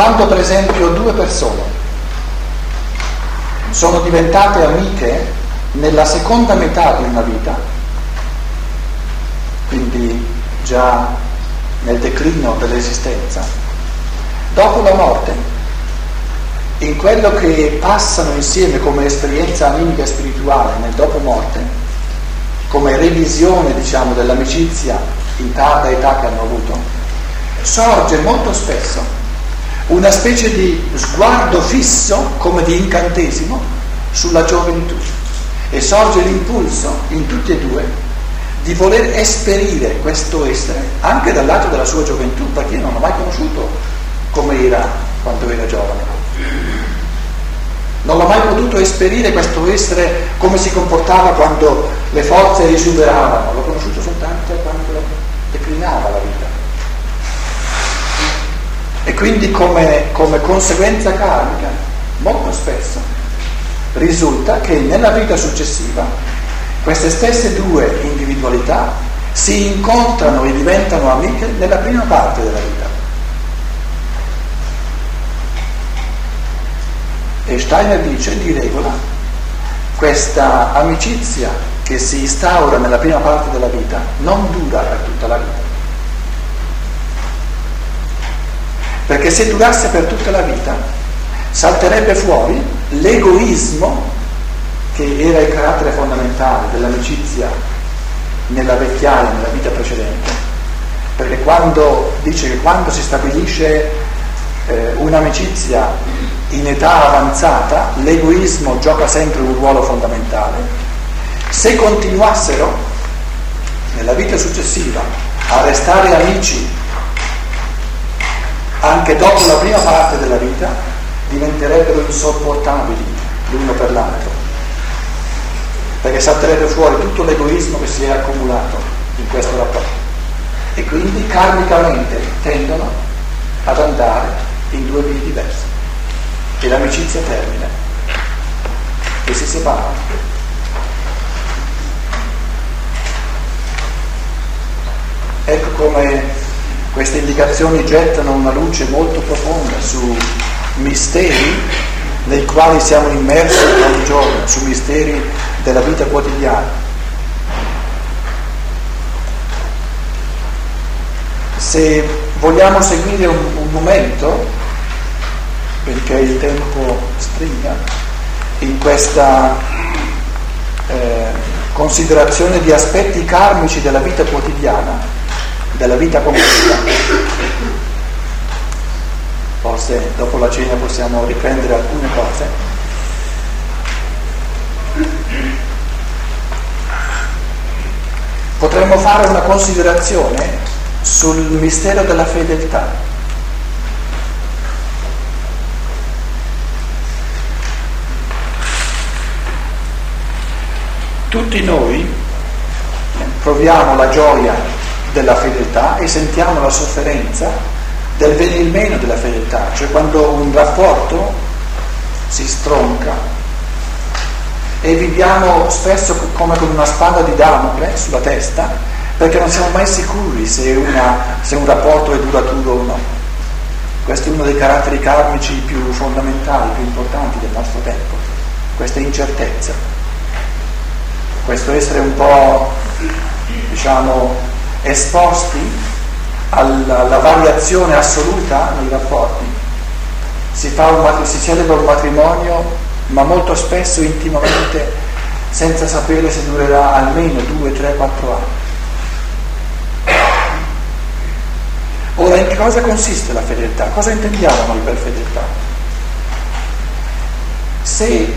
Quando per esempio due persone sono diventate amiche nella seconda metà di una vita, quindi già nel declino dell'esistenza, dopo la morte, in quello che passano insieme come esperienza animica e spirituale nel dopo morte, come revisione, diciamo, dell'amicizia in tarda età che hanno avuto, sorge molto spesso una specie di sguardo fisso, come di incantesimo, sulla gioventù, e sorge l'impulso in tutti e due di voler esperire questo essere anche dal lato della sua gioventù, perché io non l'ho mai conosciuto come era quando era giovane, non l'ho mai potuto esperire questo essere come si comportava quando le forze risuberavano, l'ho conosciuto soltanto quando declinava la vita. E quindi come conseguenza karmica, molto spesso risulta che nella vita successiva queste stesse due individualità si incontrano e diventano amiche nella prima parte della vita. E Steiner dice, di regola, questa amicizia che si instaura nella prima parte della vita non dura per tutta la vita. Perché se durasse per tutta la vita, salterebbe fuori l'egoismo che era il carattere fondamentale dell'amicizia nella vecchiaia, nella vita precedente. Perché quando dice che quando si stabilisce un'amicizia in età avanzata, l'egoismo gioca sempre un ruolo fondamentale. Se continuassero nella vita successiva a restare amici anche dopo la prima parte della vita, diventerebbero insopportabili l'uno per l'altro, perché salterebbe fuori tutto l'egoismo che si è accumulato in questo rapporto, e quindi karmicamente tendono ad andare in due vie diverse e l'amicizia termina e si separano. Ecco come queste indicazioni gettano una luce molto profonda su misteri nei quali siamo immersi ogni giorno, su misteri della vita quotidiana. Se vogliamo seguire un momento, perché il tempo stringa, in questa considerazione di aspetti karmici della vita quotidiana, della vita concreta, forse dopo la cena possiamo riprendere alcune cose. Potremmo fare una considerazione sul mistero della fedeltà. Tutti noi proviamo la gioia della fedeltà e sentiamo la sofferenza del venir meno della fedeltà, cioè quando un rapporto si stronca e viviamo spesso come con una spada di Damocle sulla testa, perché non siamo mai sicuri se un rapporto è duraturo o no. Questo è uno dei caratteri karmici più fondamentali, più importanti del nostro tempo, questa incertezza, questo essere un po', diciamo, esposti alla variazione assoluta nei rapporti. Si celebra un matrimonio, ma molto spesso intimamente, senza sapere se durerà almeno 2, 3, 4 anni. Ora, in che cosa consiste la fedeltà? Cosa intendiamo noi per fedeltà? Se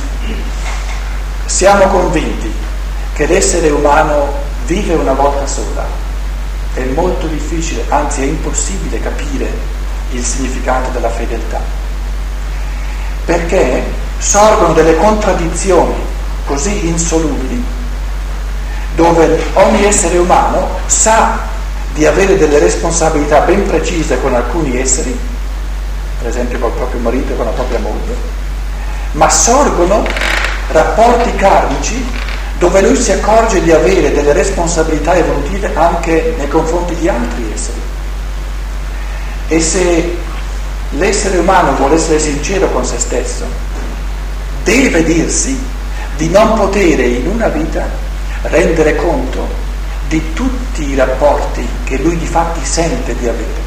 siamo convinti che l'essere umano vive una volta sola, è molto difficile, anzi è impossibile capire il significato della fedeltà, perché sorgono delle contraddizioni così insolubili, dove ogni essere umano sa di avere delle responsabilità ben precise con alcuni esseri, per esempio col proprio marito e con la propria moglie, ma sorgono rapporti karmici dove lui si accorge di avere delle responsabilità evolutive anche nei confronti di altri esseri. E se l'essere umano vuole essere sincero con se stesso, deve dirsi di non potere in una vita rendere conto di tutti i rapporti che lui di fatti sente di avere.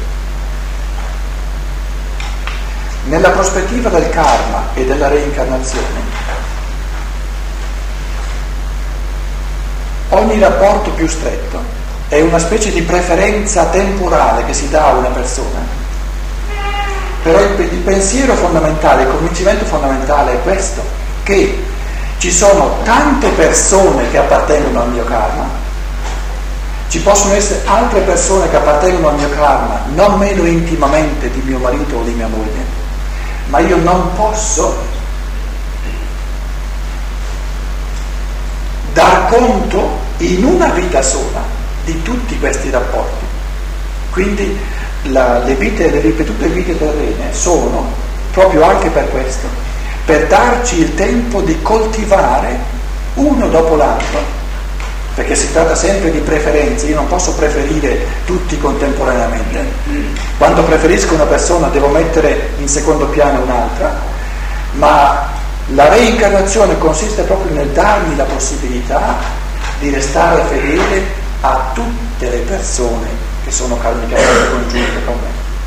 Nella prospettiva del karma e della reincarnazione, ogni rapporto più stretto è una specie di preferenza temporale che si dà a una persona, però il pensiero fondamentale, il convincimento fondamentale è questo, che ci sono tante persone che appartengono al mio karma, ci possono essere altre persone che appartengono al mio karma non meno intimamente di mio marito o di mia moglie, ma io non posso dar conto in una vita sola di tutti questi rapporti. Quindi le ripetute vite terrene sono proprio anche per questo, per darci il tempo di coltivare uno dopo l'altro, perché si tratta sempre di preferenze. Io non posso preferire tutti contemporaneamente. Quando preferisco una persona devo mettere in secondo piano un'altra, ma la reincarnazione consiste proprio nel darmi la possibilità di restare fedele a tutte le persone che sono karmicamente congiunte con me.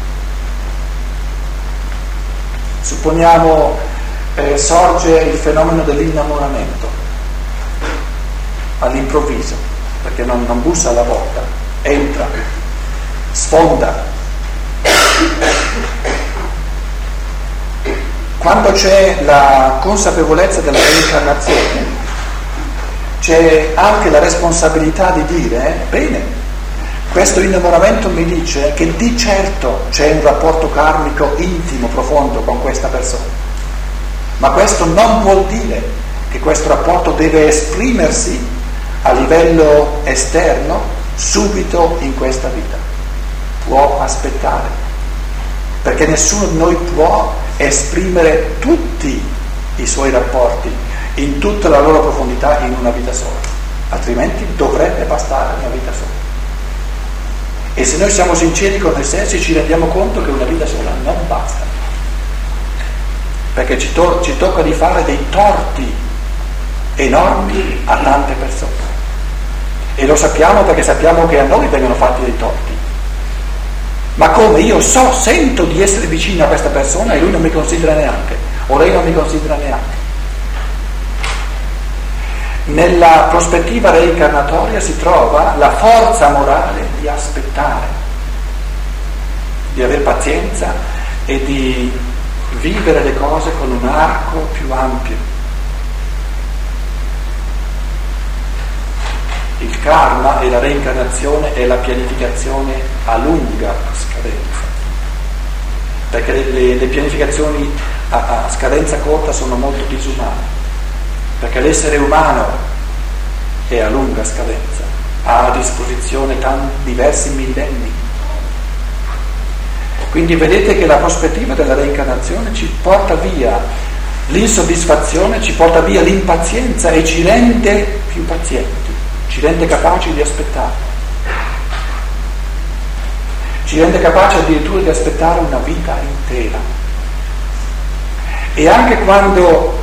Supponiamo sorge il fenomeno dell'innamoramento all'improvviso, perché non bussa alla porta, entra, sfonda. Quando c'è la consapevolezza della reincarnazione, c'è anche la responsabilità di dire, bene, questo innamoramento mi dice che di certo c'è un rapporto karmico intimo, profondo con questa persona, ma questo non vuol dire che questo rapporto deve esprimersi a livello esterno subito in questa vita. Può aspettare, perché nessuno di noi può esprimere tutti i suoi rapporti in tutta la loro profondità in una vita sola, altrimenti dovrebbe bastare una vita sola. E se noi siamo sinceri con noi stessi ci rendiamo conto che una vita sola non basta, perché ci tocca di fare dei torti enormi a tante persone, e lo sappiamo perché sappiamo che a noi vengono fatti dei torti. Ma come? Io sento di essere vicino a questa persona e lui non mi considera neanche, o lei non mi considera neanche. Nella prospettiva reincarnatoria si trova la forza morale di aspettare, di avere pazienza e di vivere le cose con un arco più ampio. Il karma e la reincarnazione è la pianificazione a lunga scadenza, perché le pianificazioni a scadenza corta sono molto disumane, perché l'essere umano è a lunga scadenza, ha a disposizione diversi millenni. Quindi vedete che la prospettiva della reincarnazione ci porta via l'insoddisfazione, ci porta via l'impazienza e ci rende più pazienti, ci rende capaci di aspettare, ci rende capaci addirittura di aspettare una vita intera. E anche quando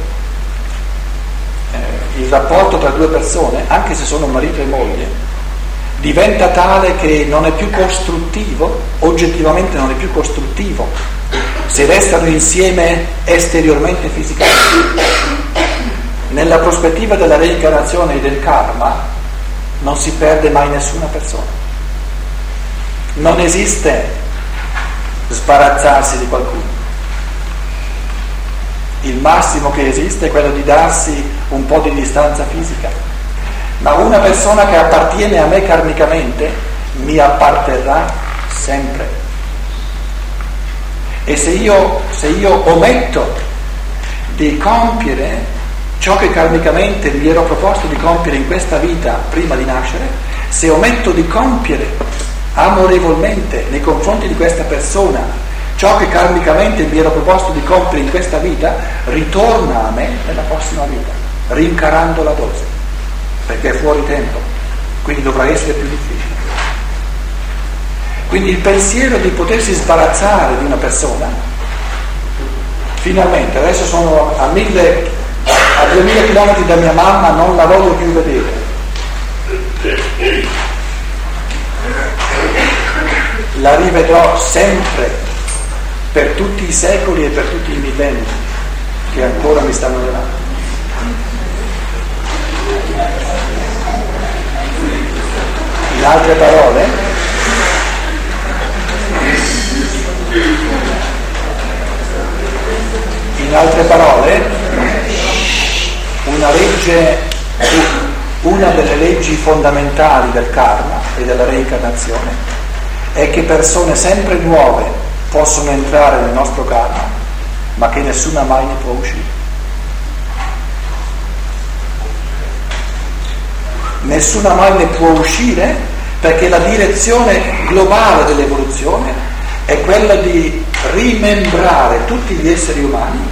il rapporto tra due persone, anche se sono marito e moglie, diventa tale che non è più costruttivo, oggettivamente non è più costruttivo, se restano insieme esteriormente, fisicamente, nella prospettiva della reincarnazione e del karma non si perde mai nessuna persona. Non esiste sbarazzarsi di qualcuno. Il massimo che esiste è quello di darsi un po' di distanza fisica, ma una persona che appartiene a me karmicamente mi apparterrà sempre. E se io ometto di compiere ciò che karmicamente mi ero proposto di compiere in questa vita prima di nascere, se ometto di compiere amorevolmente nei confronti di questa persona ciò che karmicamente mi ero proposto di compiere in questa vita, ritorna a me nella prossima vita, rincarando la dose, perché è fuori tempo, quindi dovrà essere più difficile. Quindi il pensiero di potersi sbarazzare di una persona finalmente, adesso sono a 2000 chilometri da mia mamma, non la voglio più vedere. La rivedrò sempre, per tutti i secoli e per tutti i millenni che ancora mi stanno davanti. In altre parole, una delle leggi fondamentali del karma e della reincarnazione è che persone sempre nuove possono entrare nel nostro karma, ma che nessuna mai ne può uscire. Nessuna mai ne può uscire perché la direzione globale dell'evoluzione è quella di rimembrare tutti gli esseri umani,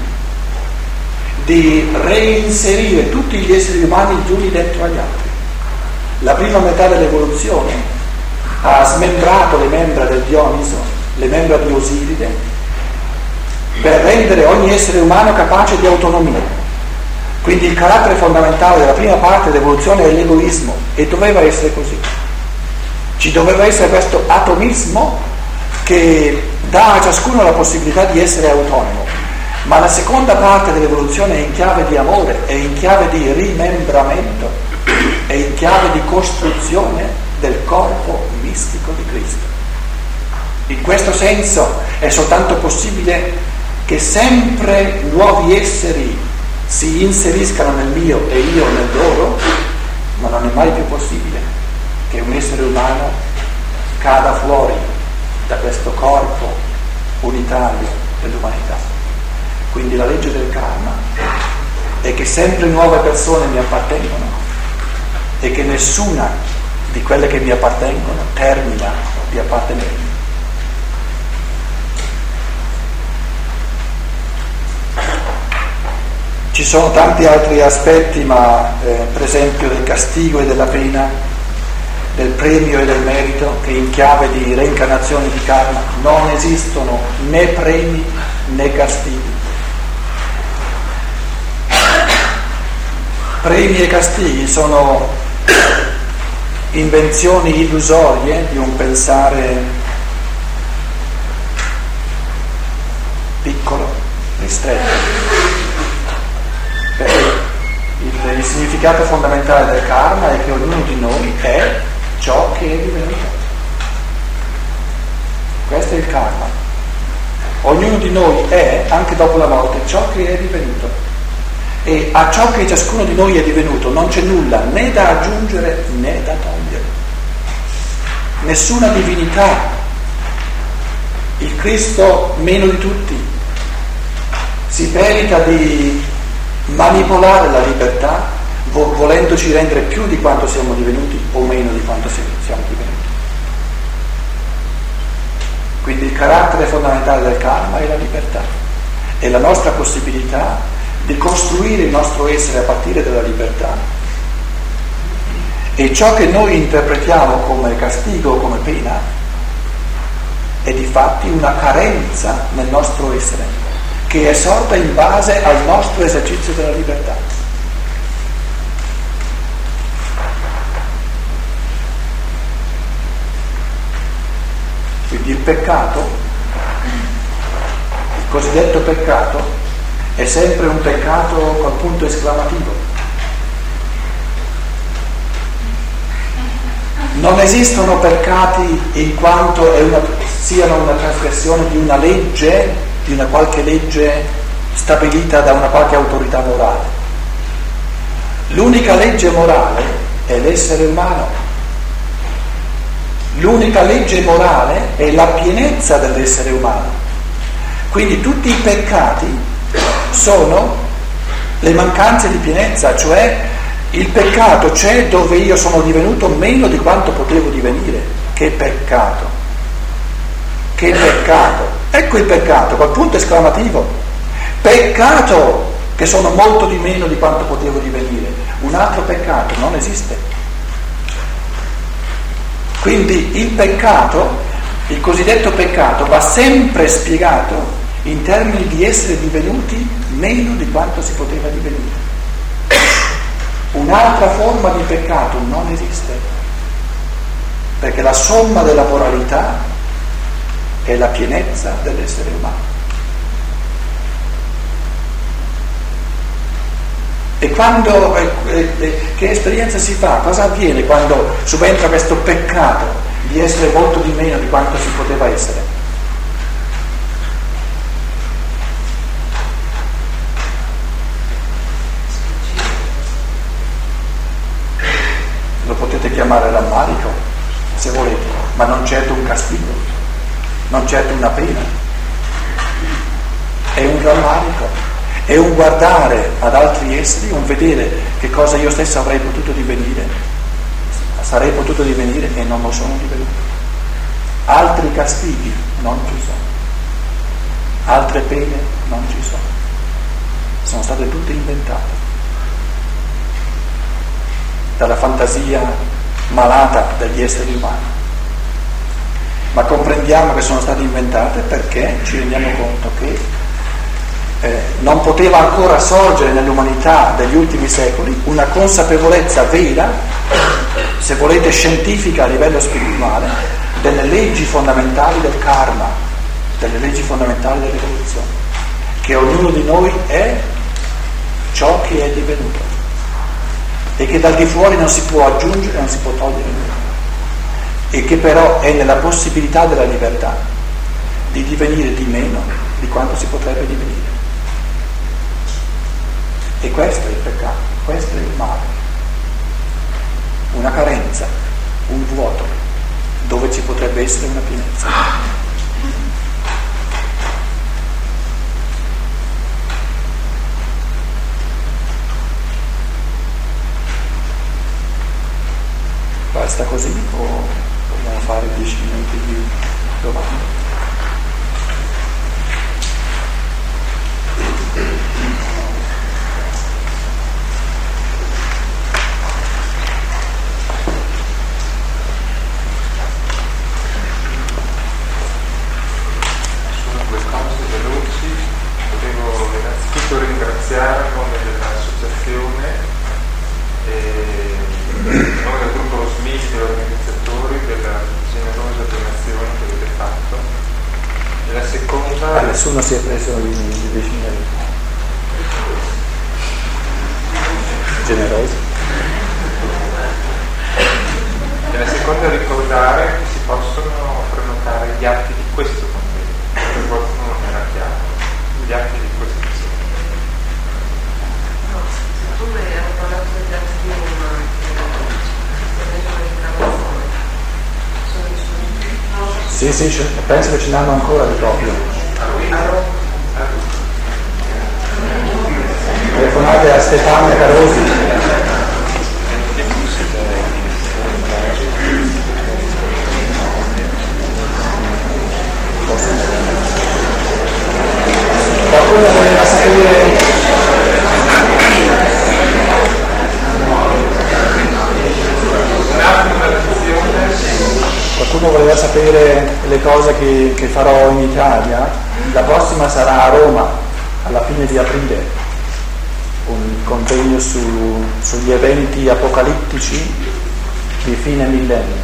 di reinserire tutti gli esseri umani gli uni dentro agli altri. La prima metà dell'evoluzione ha smembrato le membra del Dioniso, le membra di Osiride, per rendere ogni essere umano capace di autonomia. Quindi il carattere fondamentale della prima parte dell'evoluzione è l'egoismo, e doveva essere così. Ci doveva essere questo atomismo che dà a ciascuno la possibilità di essere autonomo, ma la seconda parte dell'evoluzione è in chiave di amore, è in chiave di rimembramento, è in chiave di costruzione del corpo mistico di Cristo. In questo senso è soltanto possibile che sempre nuovi esseri si inseriscano nel mio e io nel loro, ma non è mai più possibile che un essere umano cada fuori da questo corpo unitario dell'umanità. Quindi la legge del karma è che sempre nuove persone mi appartengono e che nessuna di quelle che mi appartengono termina di appartenermi. Ci sono tanti altri aspetti, ma per esempio del castigo e della pena, del premio e del merito, che in chiave di reincarnazione di karma non esistono né premi né castighi. Premi e castighi sono invenzioni illusorie di un pensare piccolo, ristretto. Perché il significato fondamentale del karma è che ognuno di noi è ciò che è divenuto. Questo è il karma. Ognuno di noi è, anche dopo la morte, ciò che è divenuto. E a ciò che ciascuno di noi è divenuto non c'è nulla né da aggiungere né da togliere. Nessuna divinità. Il Cristo meno di tutti si perita di manipolare la libertà volendoci rendere più di quanto siamo divenuti o meno di quanto siamo divenuti. Quindi il carattere fondamentale del karma è la libertà, è la nostra possibilità di costruire il nostro essere a partire dalla libertà, e ciò che noi interpretiamo come castigo o come pena è di fatti una carenza nel nostro essere che è sorta in base al nostro esercizio della libertà. Quindi il peccato, il cosiddetto peccato, è sempre un peccato col punto esclamativo. Non esistono peccati in quanto siano una trasgressione di una legge, di una qualche legge stabilita da una qualche autorità morale. L'unica legge morale è l'essere umano. L'unica legge morale è la pienezza dell'essere umano. Quindi tutti i peccati sono le mancanze di pienezza, cioè il peccato c'è dove io sono divenuto meno di quanto potevo divenire. Che peccato! Che peccato! Ecco il peccato, col punto esclamativo. Peccato! Che sono molto di meno di quanto potevo divenire. Un altro peccato non esiste. Quindi il peccato, il cosiddetto peccato, va sempre spiegato in termini di essere divenuti meno di quanto si poteva divenire. Un'altra forma di peccato non esiste, perché la somma della moralità è la pienezza dell'essere umano. E quando, che esperienza si fa? Cosa avviene quando subentra questo peccato di essere molto di meno di quanto si poteva essere? Lo potete chiamare rammarico, se volete, ma non certo un castigo, non certo una pena. È un rammarico. È un guardare ad altri esseri, un vedere che cosa io stesso avrei potuto divenire, sarei potuto divenire e non lo sono divenuto. Altri castighi non ci sono, altre pene non ci sono state tutte inventate dalla fantasia malata degli esseri umani. Ma comprendiamo che sono state inventate perché ci rendiamo conto che non poteva ancora sorgere nell'umanità degli ultimi secoli una consapevolezza vera, se volete scientifica a livello spirituale, delle leggi fondamentali del karma, delle leggi fondamentali dell'evoluzione, che ognuno di noi è ciò che è divenuto e che dal di fuori non si può aggiungere, non si può togliere nulla, e che però è nella possibilità della libertà di divenire di meno di quanto si potrebbe divenire. E questo è il peccato, questo è il male, una carenza, un vuoto, dove ci potrebbe essere una pienezza. Basta così o vogliamo fare 10 minuti di domande? Ringraziare a nome dell'associazione e a nome del gruppo SMIC e organizzatori della generosa donazione che avete fatto. E la seconda... nessuno si è preso i 10.000 euro. Generoso. E la seconda è ricordare che si possono prenotare gli atti di questo convegno, per qualcuno non era chiaro, gli atti di questo convegno. Come hanno parlato degli atti di Roma, Sì, penso che ce n'hanno ancora di proprio. Telefonate a Stefano Carosi. Qualcuno voleva sapere... Qualcuno voleva sapere le cose che farò in Italia. La prossima sarà a Roma alla fine di aprile, un convegno sugli eventi apocalittici di fine millennio.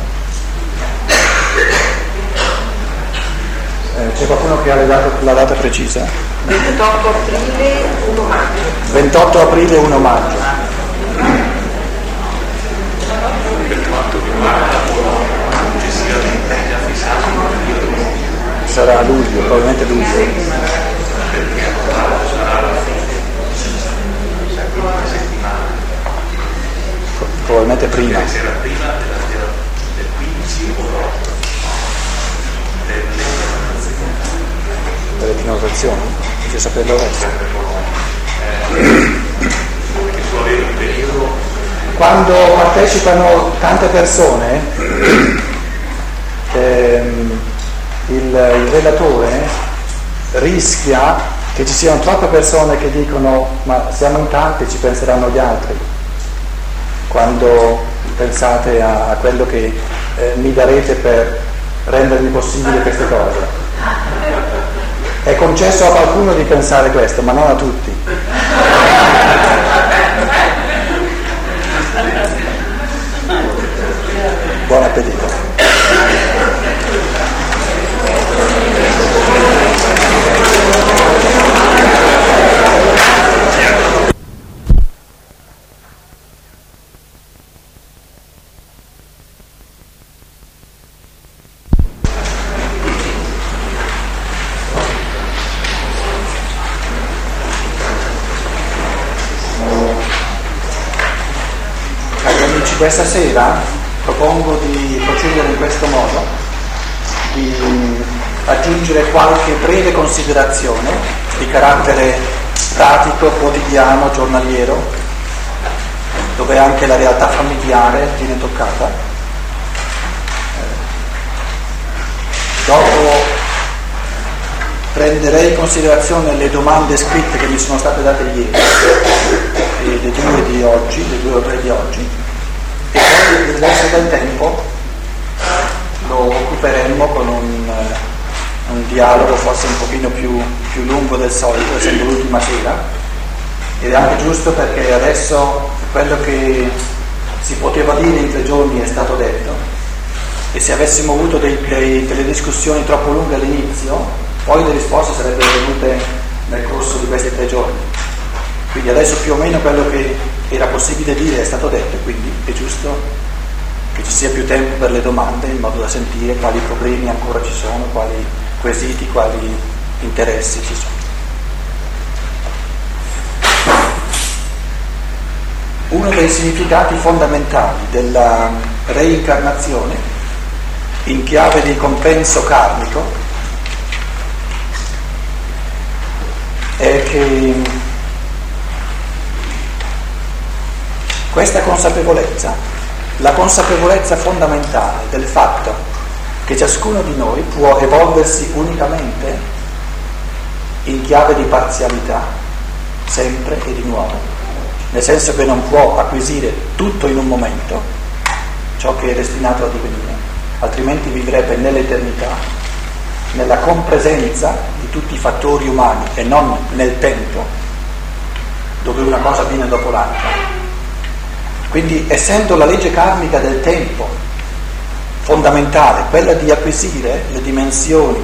C'è qualcuno che ha la data precisa? 28 aprile, 1 maggio. 28 aprile e 1 maggio. Sarà a luglio, probabilmente luglio. Probabilmente prima. Per le prenotazioni, bisogna saperlo adesso. Quando partecipano tante persone, il relatore rischia che ci siano troppe persone che dicono ma siamo in tanti, ci penseranno gli altri, quando pensate a quello che mi darete per rendermi possibile queste cose. È concesso a qualcuno di pensare questo, ma non a tutti. Buon appetito. Questa sera propongo di procedere in questo modo, di aggiungere qualche breve considerazione di carattere pratico, quotidiano, giornaliero, dove anche la realtà familiare viene toccata. Dopo prenderei in considerazione le domande scritte che mi sono state date ieri, le due o tre di oggi. E poi il resto del tempo lo occuperemmo con un dialogo forse un pochino più lungo del solito, essendo l'ultima sera, ed è anche giusto perché adesso quello che si poteva dire in 3 giorni è stato detto, e se avessimo avuto delle discussioni troppo lunghe all'inizio, poi le risposte sarebbero venute nel corso di questi 3 giorni. Quindi adesso più o meno quello che era possibile dire è stato detto, quindi è giusto che ci sia più tempo per le domande, in modo da sentire quali problemi ancora ci sono, quali quesiti, quali interessi ci sono. Uno dei significati fondamentali della reincarnazione in chiave di compenso karmico è che questa consapevolezza, la consapevolezza fondamentale del fatto che ciascuno di noi può evolversi unicamente in chiave di parzialità, sempre e di nuovo, nel senso che non può acquisire tutto in un momento, ciò che è destinato a divenire, altrimenti vivrebbe nell'eternità, nella compresenza di tutti i fattori umani e non nel tempo, dove una cosa viene dopo l'altra. Quindi, essendo la legge karmica del tempo fondamentale, quella di acquisire le dimensioni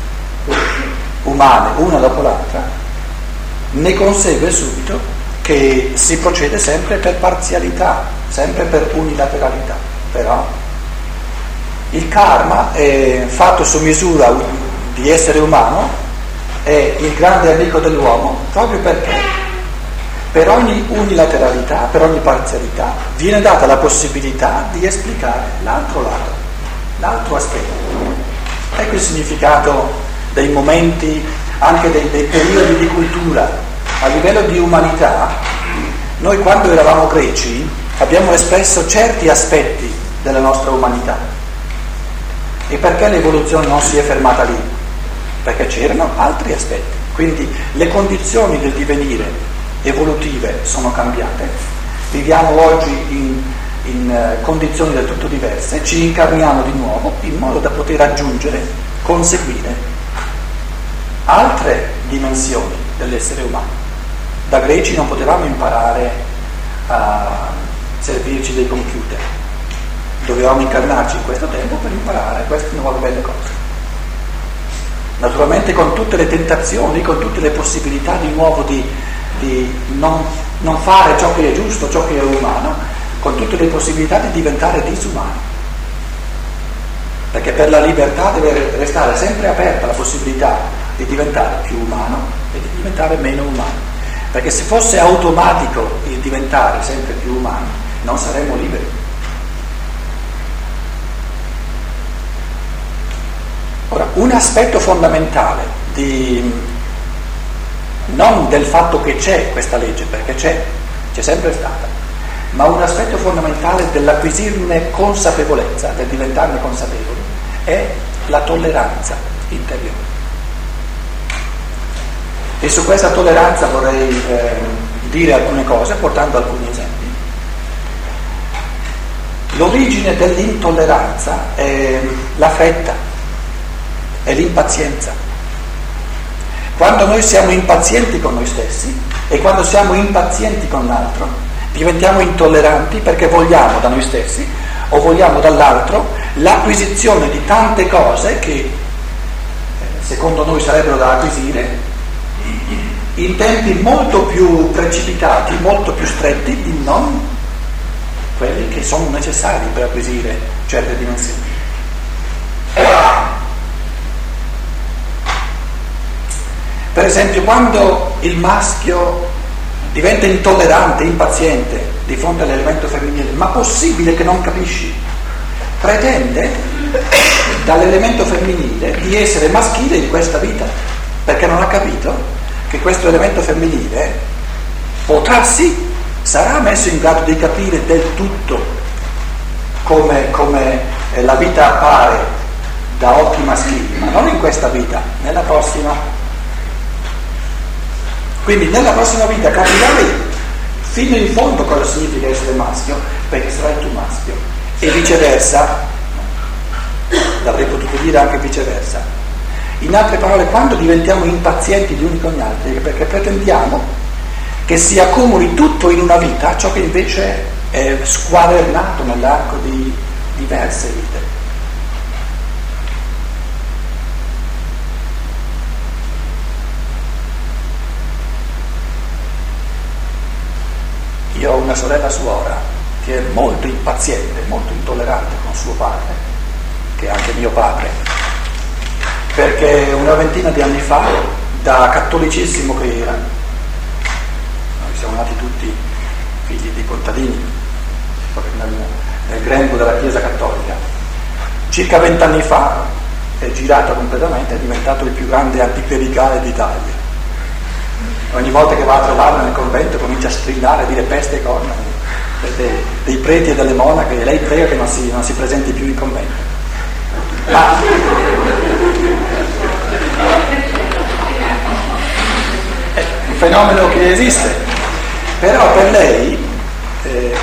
umane una dopo l'altra, ne consegue subito che si procede sempre per parzialità, sempre per unilateralità. Però il karma è fatto su misura di essere umano, è il grande amico dell'uomo, proprio perché per ogni unilateralità, per ogni parzialità, viene data la possibilità di esplicare l'altro lato, l'altro aspetto. Ecco il significato dei momenti, anche dei periodi di cultura. A livello di umanità, noi quando eravamo greci abbiamo espresso certi aspetti della nostra umanità. E perché l'evoluzione non si è fermata lì? Perché c'erano altri aspetti. Quindi le condizioni del divenire evolutive sono cambiate, viviamo oggi in condizioni del tutto diverse, ci incarniamo di nuovo in modo da poter aggiungere, conseguire altre dimensioni dell'essere umano. Da greci non potevamo imparare a servirci dei computer, dovevamo incarnarci in questo tempo per imparare queste nuove belle cose. Naturalmente con tutte le tentazioni, con tutte le possibilità di nuovo di non fare ciò che è giusto, ciò che è umano, con tutte le possibilità di diventare disumani. Perché per la libertà deve restare sempre aperta la possibilità di diventare più umano e di diventare meno umano. Perché se fosse automatico il diventare sempre più umani, non saremmo liberi. Ora, un aspetto fondamentale non del fatto che c'è questa legge, perché c'è sempre stata, ma un aspetto fondamentale dell'acquisirne consapevolezza, del diventarne consapevoli, è la tolleranza interiore. E su questa tolleranza vorrei dire alcune cose, portando alcuni esempi. L'origine dell'intolleranza è la fretta, è l'impazienza. Quando noi siamo impazienti con noi stessi e quando siamo impazienti con l'altro, diventiamo intolleranti perché vogliamo da noi stessi o vogliamo dall'altro l'acquisizione di tante cose che secondo noi sarebbero da acquisire in tempi molto più precipitati, molto più stretti di non quelli che sono necessari per acquisire certe dimensioni. Per esempio, quando il maschio diventa intollerante, impaziente di fronte all'elemento femminile, ma possibile che non capisci? Pretende dall'elemento femminile di essere maschile in questa vita, perché non ha capito che questo elemento femminile sarà messo in grado di capire del tutto come la vita appare da occhi maschili, ma non in questa vita, nella prossima. Quindi nella prossima vita capirai fino in fondo cosa significa essere maschio, perché sarai tu maschio, e viceversa, l'avrei potuto dire anche viceversa. In altre parole, quando diventiamo impazienti gli uni con gli altri, perché pretendiamo che si accumuli tutto in una vita, ciò che invece è squadernato nell'arco di diverse vite. Io ho una sorella suora che è molto impaziente, molto intollerante con suo padre, che è anche mio padre, perché una ventina di anni fa, da cattolicissimo che era, noi siamo nati tutti figli di contadini, nel grembo della Chiesa Cattolica, circa 20 anni fa è girato completamente, è diventato il più grande anticlericale d'Italia. Ogni volta che va a trovarla nel convento comincia a strillare, a dire peste e corna dei preti e delle monache, e lei prega che non si presenti più in convento. Ma è un fenomeno che esiste, però per lei il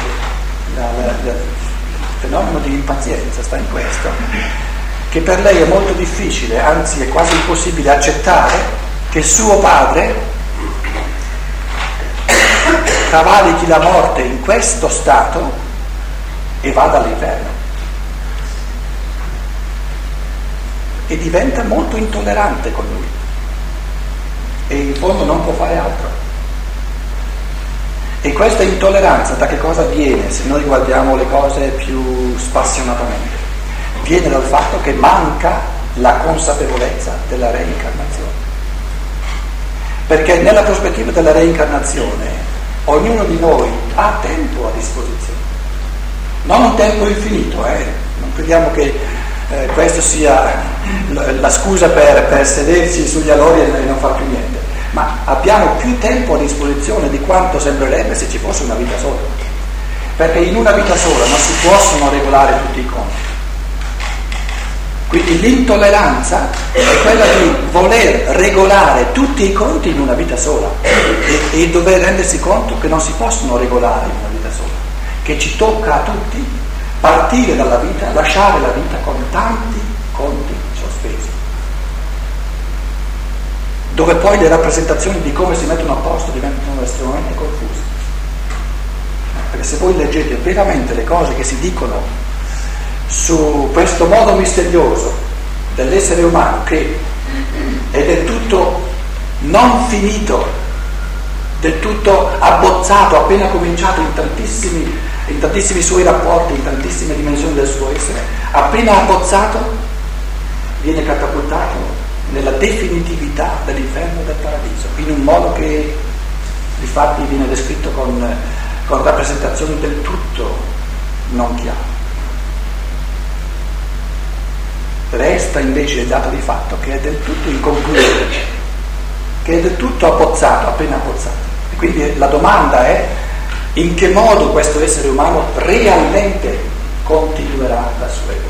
fenomeno di impazienza sta in questo, che per lei è molto difficile, anzi è quasi impossibile accettare che suo padre travalichi la morte in questo stato e vada all'inferno, e diventa molto intollerante con lui e in fondo non può fare altro. E questa intolleranza da che cosa viene, se noi guardiamo le cose più spassionatamente? Viene dal fatto che manca la consapevolezza della reincarnazione, perché nella prospettiva della reincarnazione ognuno di noi ha tempo a disposizione, non un tempo infinito, non crediamo che questa sia la scusa per sedersi sugli allori e non far più niente, ma abbiamo più tempo a disposizione di quanto sembrerebbe se ci fosse una vita sola, perché in una vita sola non si possono regolare tutti i conti. Quindi l'intolleranza è quella di voler regolare tutti i conti in una vita sola e dover rendersi conto che non si possono regolare in una vita sola, che ci tocca a tutti partire dalla vita, lasciare la vita con tanti conti sospesi, dove poi le rappresentazioni di come si mettono a posto diventano estremamente confuse. Perché se voi leggete veramente le cose che si dicono su questo modo misterioso dell'essere umano, che è del tutto non finito, del tutto abbozzato, appena cominciato in tantissimi suoi rapporti, in tantissime dimensioni del suo essere, appena abbozzato viene catapultato nella definitività dell'inferno e del paradiso, in un modo che difatti viene descritto con rappresentazioni del tutto non chiare. Resta invece il dato di fatto che è del tutto inconcluso, che è del tutto abbozzato, appena abbozzato. E quindi la domanda è: in che modo questo essere umano realmente continuerà la sua evoluzione?